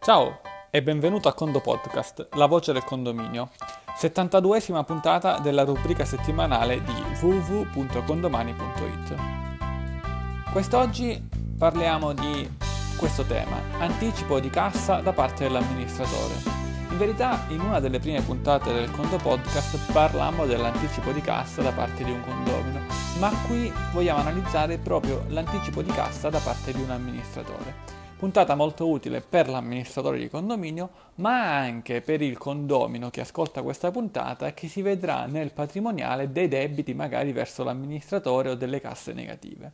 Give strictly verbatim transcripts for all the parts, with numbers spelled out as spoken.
Ciao e benvenuto a Condo Podcast, la voce del condominio, settantaduesima puntata della rubrica settimanale di w w w punto condomani punto i t. Quest'oggi parliamo di questo tema, anticipo di cassa da parte dell'amministratore. In verità, in una delle prime puntate del Condo Podcast parlammo dell'anticipo di cassa da parte di un condomino, ma qui vogliamo analizzare proprio l'anticipo di cassa da parte di un amministratore. Puntata molto utile per l'amministratore di condominio, ma anche per il condomino che ascolta questa puntata e che si vedrà nel patrimoniale dei debiti magari verso l'amministratore o delle casse negative.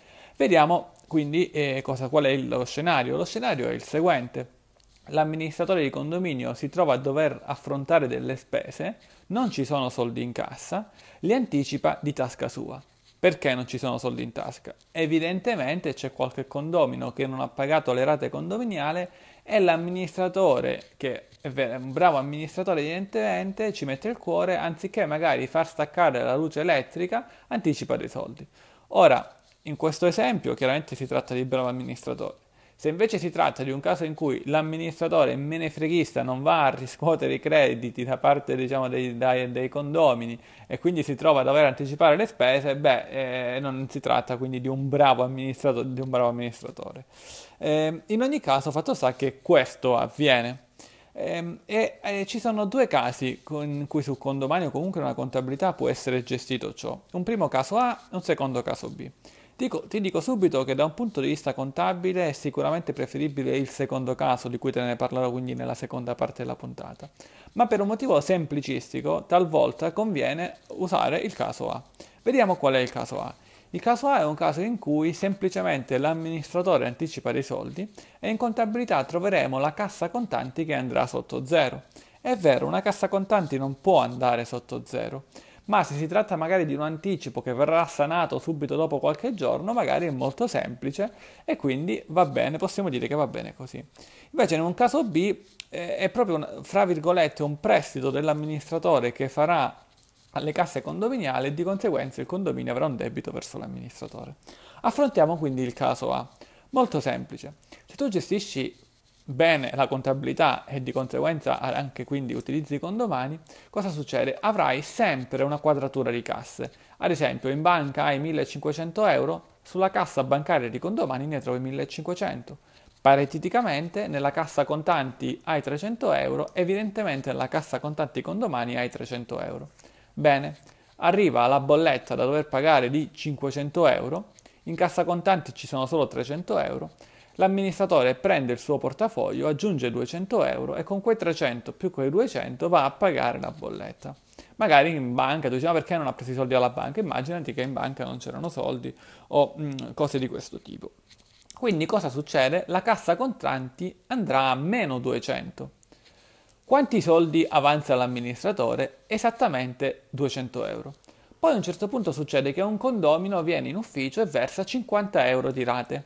Vediamo quindi eh, cosa, qual è lo scenario. Lo scenario è il seguente. L'amministratore di condominio si trova a dover affrontare delle spese, non ci sono soldi in cassa, li anticipa di tasca sua. Perché non ci sono soldi in tasca? Evidentemente c'è qualche condomino che non ha pagato le rate condominiali e l'amministratore, che è un bravo amministratore evidentemente, ci mette il cuore, anziché magari far staccare la luce elettrica, anticipa dei soldi. Ora, in questo esempio chiaramente si tratta di bravo amministratore. Se invece si tratta di un caso in cui l'amministratore menefreghista non va a riscuotere i crediti da parte, diciamo, dei, dai, dei condomini e quindi si trova a dover anticipare le spese, beh, eh, non si tratta quindi di un bravo amministratore. Di un bravo amministratore. Eh, in ogni caso, fatto sta che questo avviene. Eh, e eh, ci sono due casi in cui sul condominio o comunque una contabilità può essere gestito ciò. Un primo caso A e un secondo caso B. Dico, ti dico subito che da un punto di vista contabile è sicuramente preferibile il secondo caso, di cui te ne parlerò quindi nella seconda parte della puntata, ma per un motivo semplicistico talvolta conviene usare il caso A. Vediamo qual è il caso A. Il caso A è un caso in cui semplicemente l'amministratore anticipa dei soldi e in contabilità troveremo la cassa contanti che andrà sotto zero. È vero, una cassa contanti non può andare sotto zero, ma se si tratta magari di un anticipo che verrà sanato subito dopo qualche giorno, magari è molto semplice e quindi va bene, possiamo dire che va bene così. Invece in un caso B eh, è proprio, un, fra virgolette, un prestito dell'amministratore che farà alle casse condominiali e di conseguenza il condominio avrà un debito verso l'amministratore. Affrontiamo quindi il caso A. Molto semplice. Se tu gestisci bene la contabilità e di conseguenza anche quindi utilizzi i condomani, cosa succede? Avrai sempre una quadratura di casse. Ad esempio in banca hai millecinquecento euro, sulla cassa bancaria di condomani ne trovi millecinquecento. Pariteticamente nella cassa contanti hai trecento euro, evidentemente nella cassa contanti condomani hai trecento euro. Bene, arriva la bolletta da dover pagare di cinquecento euro, in cassa contanti ci sono solo trecento euro, l'amministratore prende il suo portafoglio, aggiunge duecento euro e con quei trecento più quei duecento va a pagare la bolletta. Magari in banca, tu dici ma perché non ha preso i soldi alla banca? Immaginati che in banca non c'erano soldi o mh, cose di questo tipo. Quindi cosa succede? La cassa contanti andrà a meno duecento. Quanti soldi avanza l'amministratore? Esattamente duecento euro. Poi a un certo punto succede che un condomino viene in ufficio e versa cinquanta euro di rate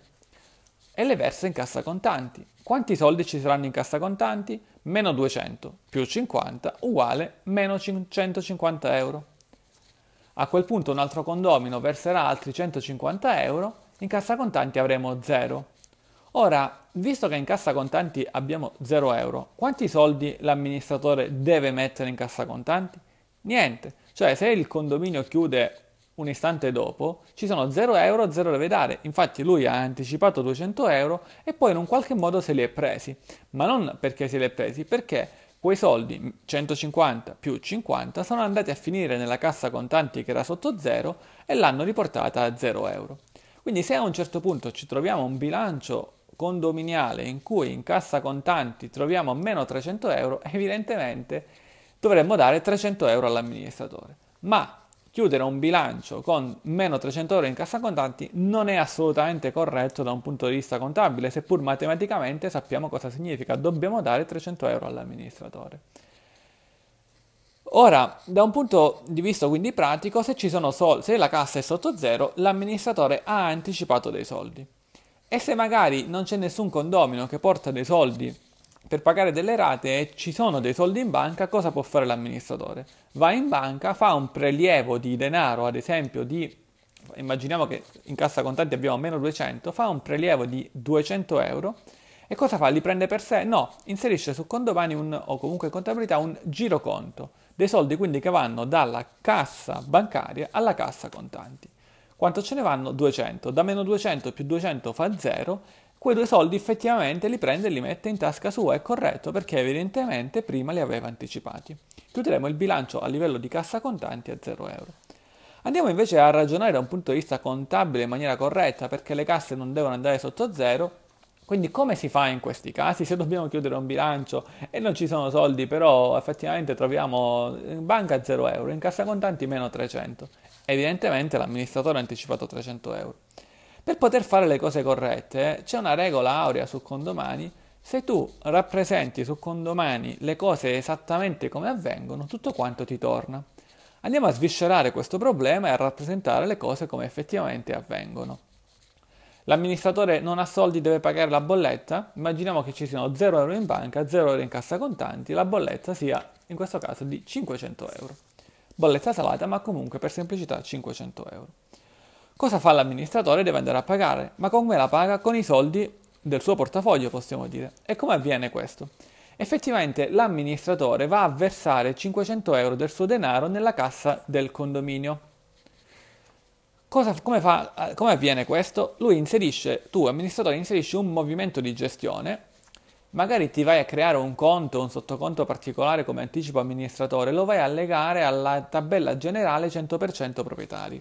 e le versa in cassa contanti. Quanti soldi ci saranno in cassa contanti? Meno duecento più cinquanta uguale meno centocinquanta euro. A quel punto un altro condomino verserà altri centocinquanta euro, in cassa contanti avremo zero. Ora, visto che in cassa contanti abbiamo zero euro, quanti soldi l'amministratore deve mettere in cassa contanti? Niente. Cioè, se il condominio chiude un istante dopo, ci sono zero euro, zero deve dare. Infatti lui ha anticipato duecento euro e poi in un qualche modo se li è presi. Ma non perché se li è presi, perché quei soldi, centocinquanta più cinquanta, sono andati a finire nella cassa contanti che era sotto zero e l'hanno riportata a zero euro. Quindi se a un certo punto ci troviamo un bilancio condominiale in cui in cassa contanti troviamo meno trecento euro, evidentemente dovremmo dare trecento euro all'amministratore. Ma chiudere un bilancio con meno trecento euro in cassa contanti non è assolutamente corretto da un punto di vista contabile, seppur matematicamente sappiamo cosa significa, dobbiamo dare trecento euro all'amministratore. Ora, da un punto di vista quindi pratico, se ci sono soldi, se la cassa è sotto zero, l'amministratore ha anticipato dei soldi. E se magari non c'è nessun condomino che porta dei soldi per pagare delle rate e ci sono dei soldi in banca, cosa può fare l'amministratore? Va in banca, fa un prelievo di denaro, ad esempio di, immaginiamo che in cassa contanti abbiamo meno duecento, fa un prelievo di duecento euro E cosa fa? Li prende per sé? No, inserisce su condomani un, o comunque in contabilità un giroconto, dei soldi quindi che vanno dalla cassa bancaria alla cassa contanti. Quanto ce ne vanno? duecento. Da meno duecento più duecento fa zero. Quei due soldi effettivamente li prende e li mette in tasca sua, è corretto perché evidentemente prima li aveva anticipati. Chiuderemo il bilancio a livello di cassa contanti a zero euro. Andiamo invece a ragionare da un punto di vista contabile in maniera corretta perché le casse non devono andare sotto zero. Quindi come si fa in questi casi? Se dobbiamo chiudere un bilancio e non ci sono soldi, però effettivamente troviamo in banca zero euro, in cassa contanti meno trecento. Evidentemente l'amministratore ha anticipato trecento euro. Per poter fare le cose corrette c'è una regola aurea su condomani: se tu rappresenti su condomani le cose esattamente come avvengono, tutto quanto ti torna. Andiamo a sviscerare questo problema e a rappresentare le cose come effettivamente avvengono. L'amministratore non ha soldi, deve pagare la bolletta. Immaginiamo che ci siano zero euro in banca, zero euro in cassa contanti, la bolletta sia in questo caso di cinquecento euro. Bolletta salata, ma comunque per semplicità cinquecento euro. Cosa fa l'amministratore? Deve andare a pagare, ma come la paga? Con i soldi del suo portafoglio, possiamo dire. E come avviene questo? Effettivamente l'amministratore va a versare cinquecento euro del suo denaro nella cassa del condominio. Cosa, come, fa, come avviene questo? Lui inserisce, tu amministratore inserisci un movimento di gestione, magari ti vai a creare un conto, un sottoconto particolare come anticipo amministratore, lo vai a legare alla tabella generale cento per cento proprietari.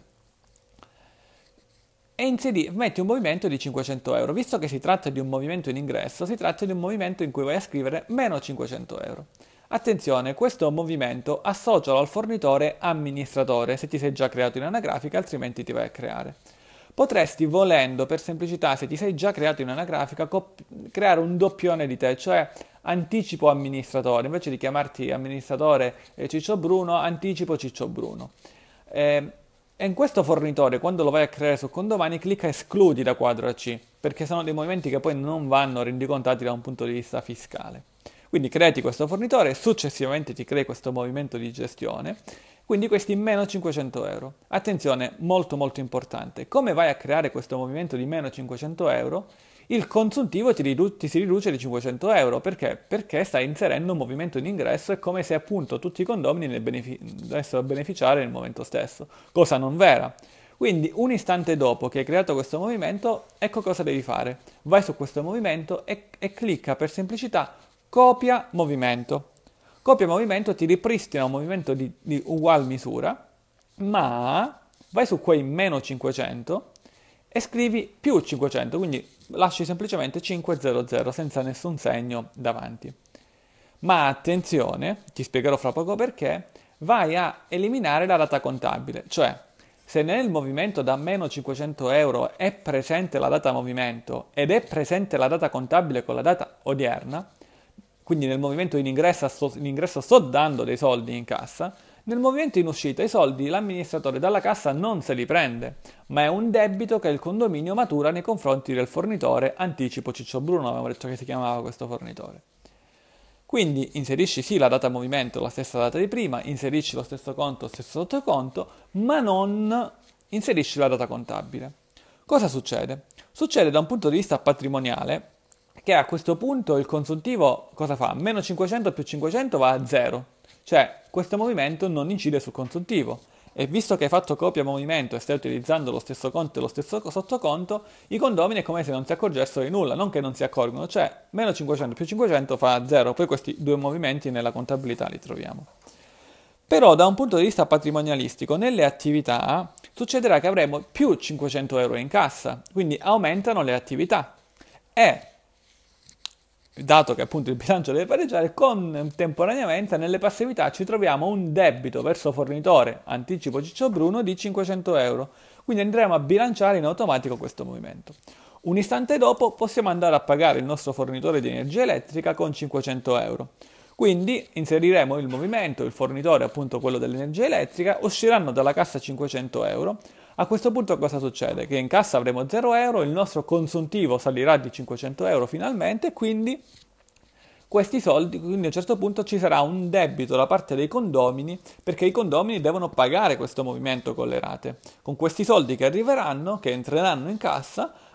E inseri, metti un movimento di cinquecento euro. Visto che si tratta di un movimento in ingresso, si tratta di un movimento in cui vai a scrivere meno cinquecento euro. Attenzione, questo movimento associalo al fornitore amministratore, se ti sei già creato in anagrafica, altrimenti ti vai a creare. Potresti, volendo, per semplicità, se ti sei già creato in anagrafica, creare un doppione di te, cioè anticipo amministratore, invece di chiamarti amministratore Ciccio Bruno, anticipo Ciccio Bruno. Eh, E in questo fornitore, quando lo vai a creare su condomani, clicca escludi da quadro A C, perché sono dei movimenti che poi non vanno rendicontati da un punto di vista fiscale. Quindi creati questo fornitore, successivamente ti crei questo movimento di gestione, quindi questi meno cinquecento euro. Attenzione, molto molto importante, come vai a creare questo movimento di meno cinquecento euro? Il consuntivo ti, ridu- ti si riduce di cinquecento euro, perché? Perché stai inserendo un movimento in ingresso, è come se appunto tutti i condomini ne benefi- dovessero beneficiare nel momento stesso, cosa non vera. Quindi un istante dopo che hai creato questo movimento, ecco cosa devi fare. Vai su questo movimento e, e clicca per semplicità copia movimento. Copia movimento ti ripristina un movimento di, di ugual misura, ma vai su quei meno cinquecento e scrivi più cinquecento, quindi lasci semplicemente cinquecento senza nessun segno davanti. Ma attenzione, ti spiegherò fra poco perché, vai a eliminare la data contabile, cioè se nel movimento da meno cinquecento euro è presente la data movimento ed è presente la data contabile con la data odierna, quindi nel movimento in ingresso, sto, in ingresso sto dando dei soldi in cassa, nel movimento in uscita i soldi l'amministratore dalla cassa non se li prende, ma è un debito che il condominio matura nei confronti del fornitore anticipo Ciccio Bruno, avevamo detto che si chiamava questo fornitore. Quindi inserisci sì la data movimento, la stessa data di prima, inserisci lo stesso conto, lo stesso sottoconto, ma non inserisci la data contabile. Cosa succede? Succede da un punto di vista patrimoniale che a questo punto il consuntivo cosa fa? Meno cinquecento più cinquecento va a zero. Cioè, questo movimento non incide sul consuntivo. E visto che hai fatto copia movimento e stai utilizzando lo stesso conto e lo stesso sottoconto, i condomini è come se non si accorgessero di nulla, non che non si accorgono, cioè meno cinquecento più cinquecento fa zero, poi questi due movimenti nella contabilità li troviamo. Però da un punto di vista patrimonialistico, nelle attività succederà che avremo più cinquecento euro in cassa, quindi aumentano le attività. E dato che appunto il bilancio deve pareggiare, contemporaneamente nelle passività ci troviamo un debito verso fornitore anticipo Ciccio Bruno di cinquecento euro, quindi andremo a bilanciare in automatico questo movimento. Un istante dopo possiamo andare a pagare il nostro fornitore di energia elettrica con cinquecento euro, quindi inseriremo il movimento, il fornitore appunto quello dell'energia elettrica, usciranno dalla cassa cinquecento euro. A questo punto cosa succede? Che in cassa avremo zero euro, il nostro consuntivo salirà di cinquecento euro finalmente, quindi questi soldi, quindi a un certo punto ci sarà un debito da parte dei condomini, perché i condomini devono pagare questo movimento con le rate. Con questi soldi che arriveranno, che entreranno in cassa,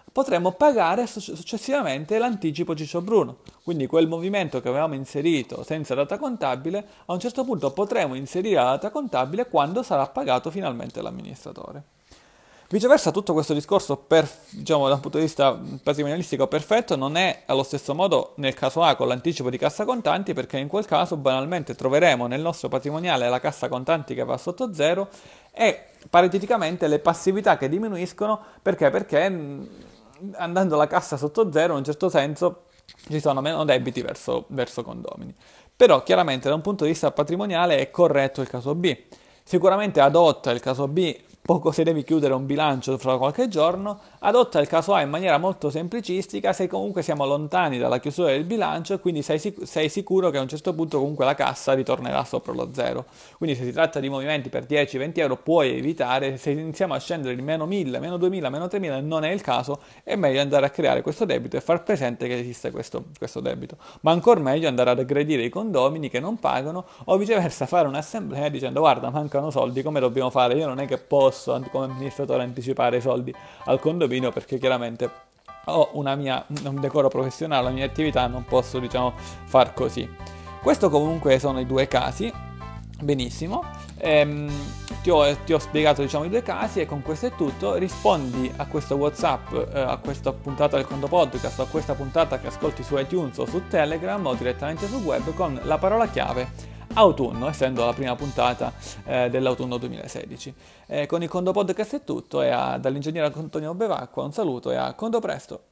potremmo pagare successivamente l'anticipo Ciccio Bruno. Quindi quel movimento che avevamo inserito senza data contabile, a un certo punto potremo inserire la data contabile quando sarà pagato finalmente l'amministratore. Viceversa, tutto questo discorso, per, diciamo, da un punto di vista patrimonialistico perfetto, non è allo stesso modo nel caso A con l'anticipo di cassa contanti, perché in quel caso banalmente troveremo nel nostro patrimoniale la cassa contanti che va sotto zero e pariteticamente le passività che diminuiscono, perché? Perché andando la cassa sotto zero, in un certo senso, ci sono meno debiti verso, verso condomini. Però chiaramente da un punto di vista patrimoniale è corretto il caso B. Sicuramente adotta il caso B poco se devi chiudere un bilancio fra qualche giorno, adotta il caso A in maniera molto semplicistica se comunque siamo lontani dalla chiusura del bilancio e quindi sei, sic- sei sicuro che a un certo punto comunque la cassa ritornerà sopra lo zero. Quindi se si tratta di movimenti per dieci venti euro puoi evitare, se iniziamo a scendere di meno mille, meno duemila, meno tremila non è il caso, è meglio andare a creare questo debito e far presente che esiste questo, questo debito. Ma ancora meglio andare ad aggredire i condomini che non pagano o viceversa fare un'assemblea dicendo guarda mancano soldi, come dobbiamo fare? Io non è che posso come amministratore anticipare i soldi al condominio perché chiaramente ho una mia, un decoro professionale, la mia attività, non posso diciamo far così. Questo comunque sono i due casi, benissimo, ehm, ti, ho, ti ho spiegato diciamo i due casi e con questo è tutto. Rispondi a questo WhatsApp, eh, a questa puntata del Conto Podcast, a questa puntata che ascolti su iTunes o su Telegram o direttamente sul web con la parola chiave autunno, essendo la prima puntata eh, dell'autunno duemilasedici. Eh, con il Conto Podcast è tutto e a, dall'ingegnere Antonio Bevacqua un saluto e a Conto Presto!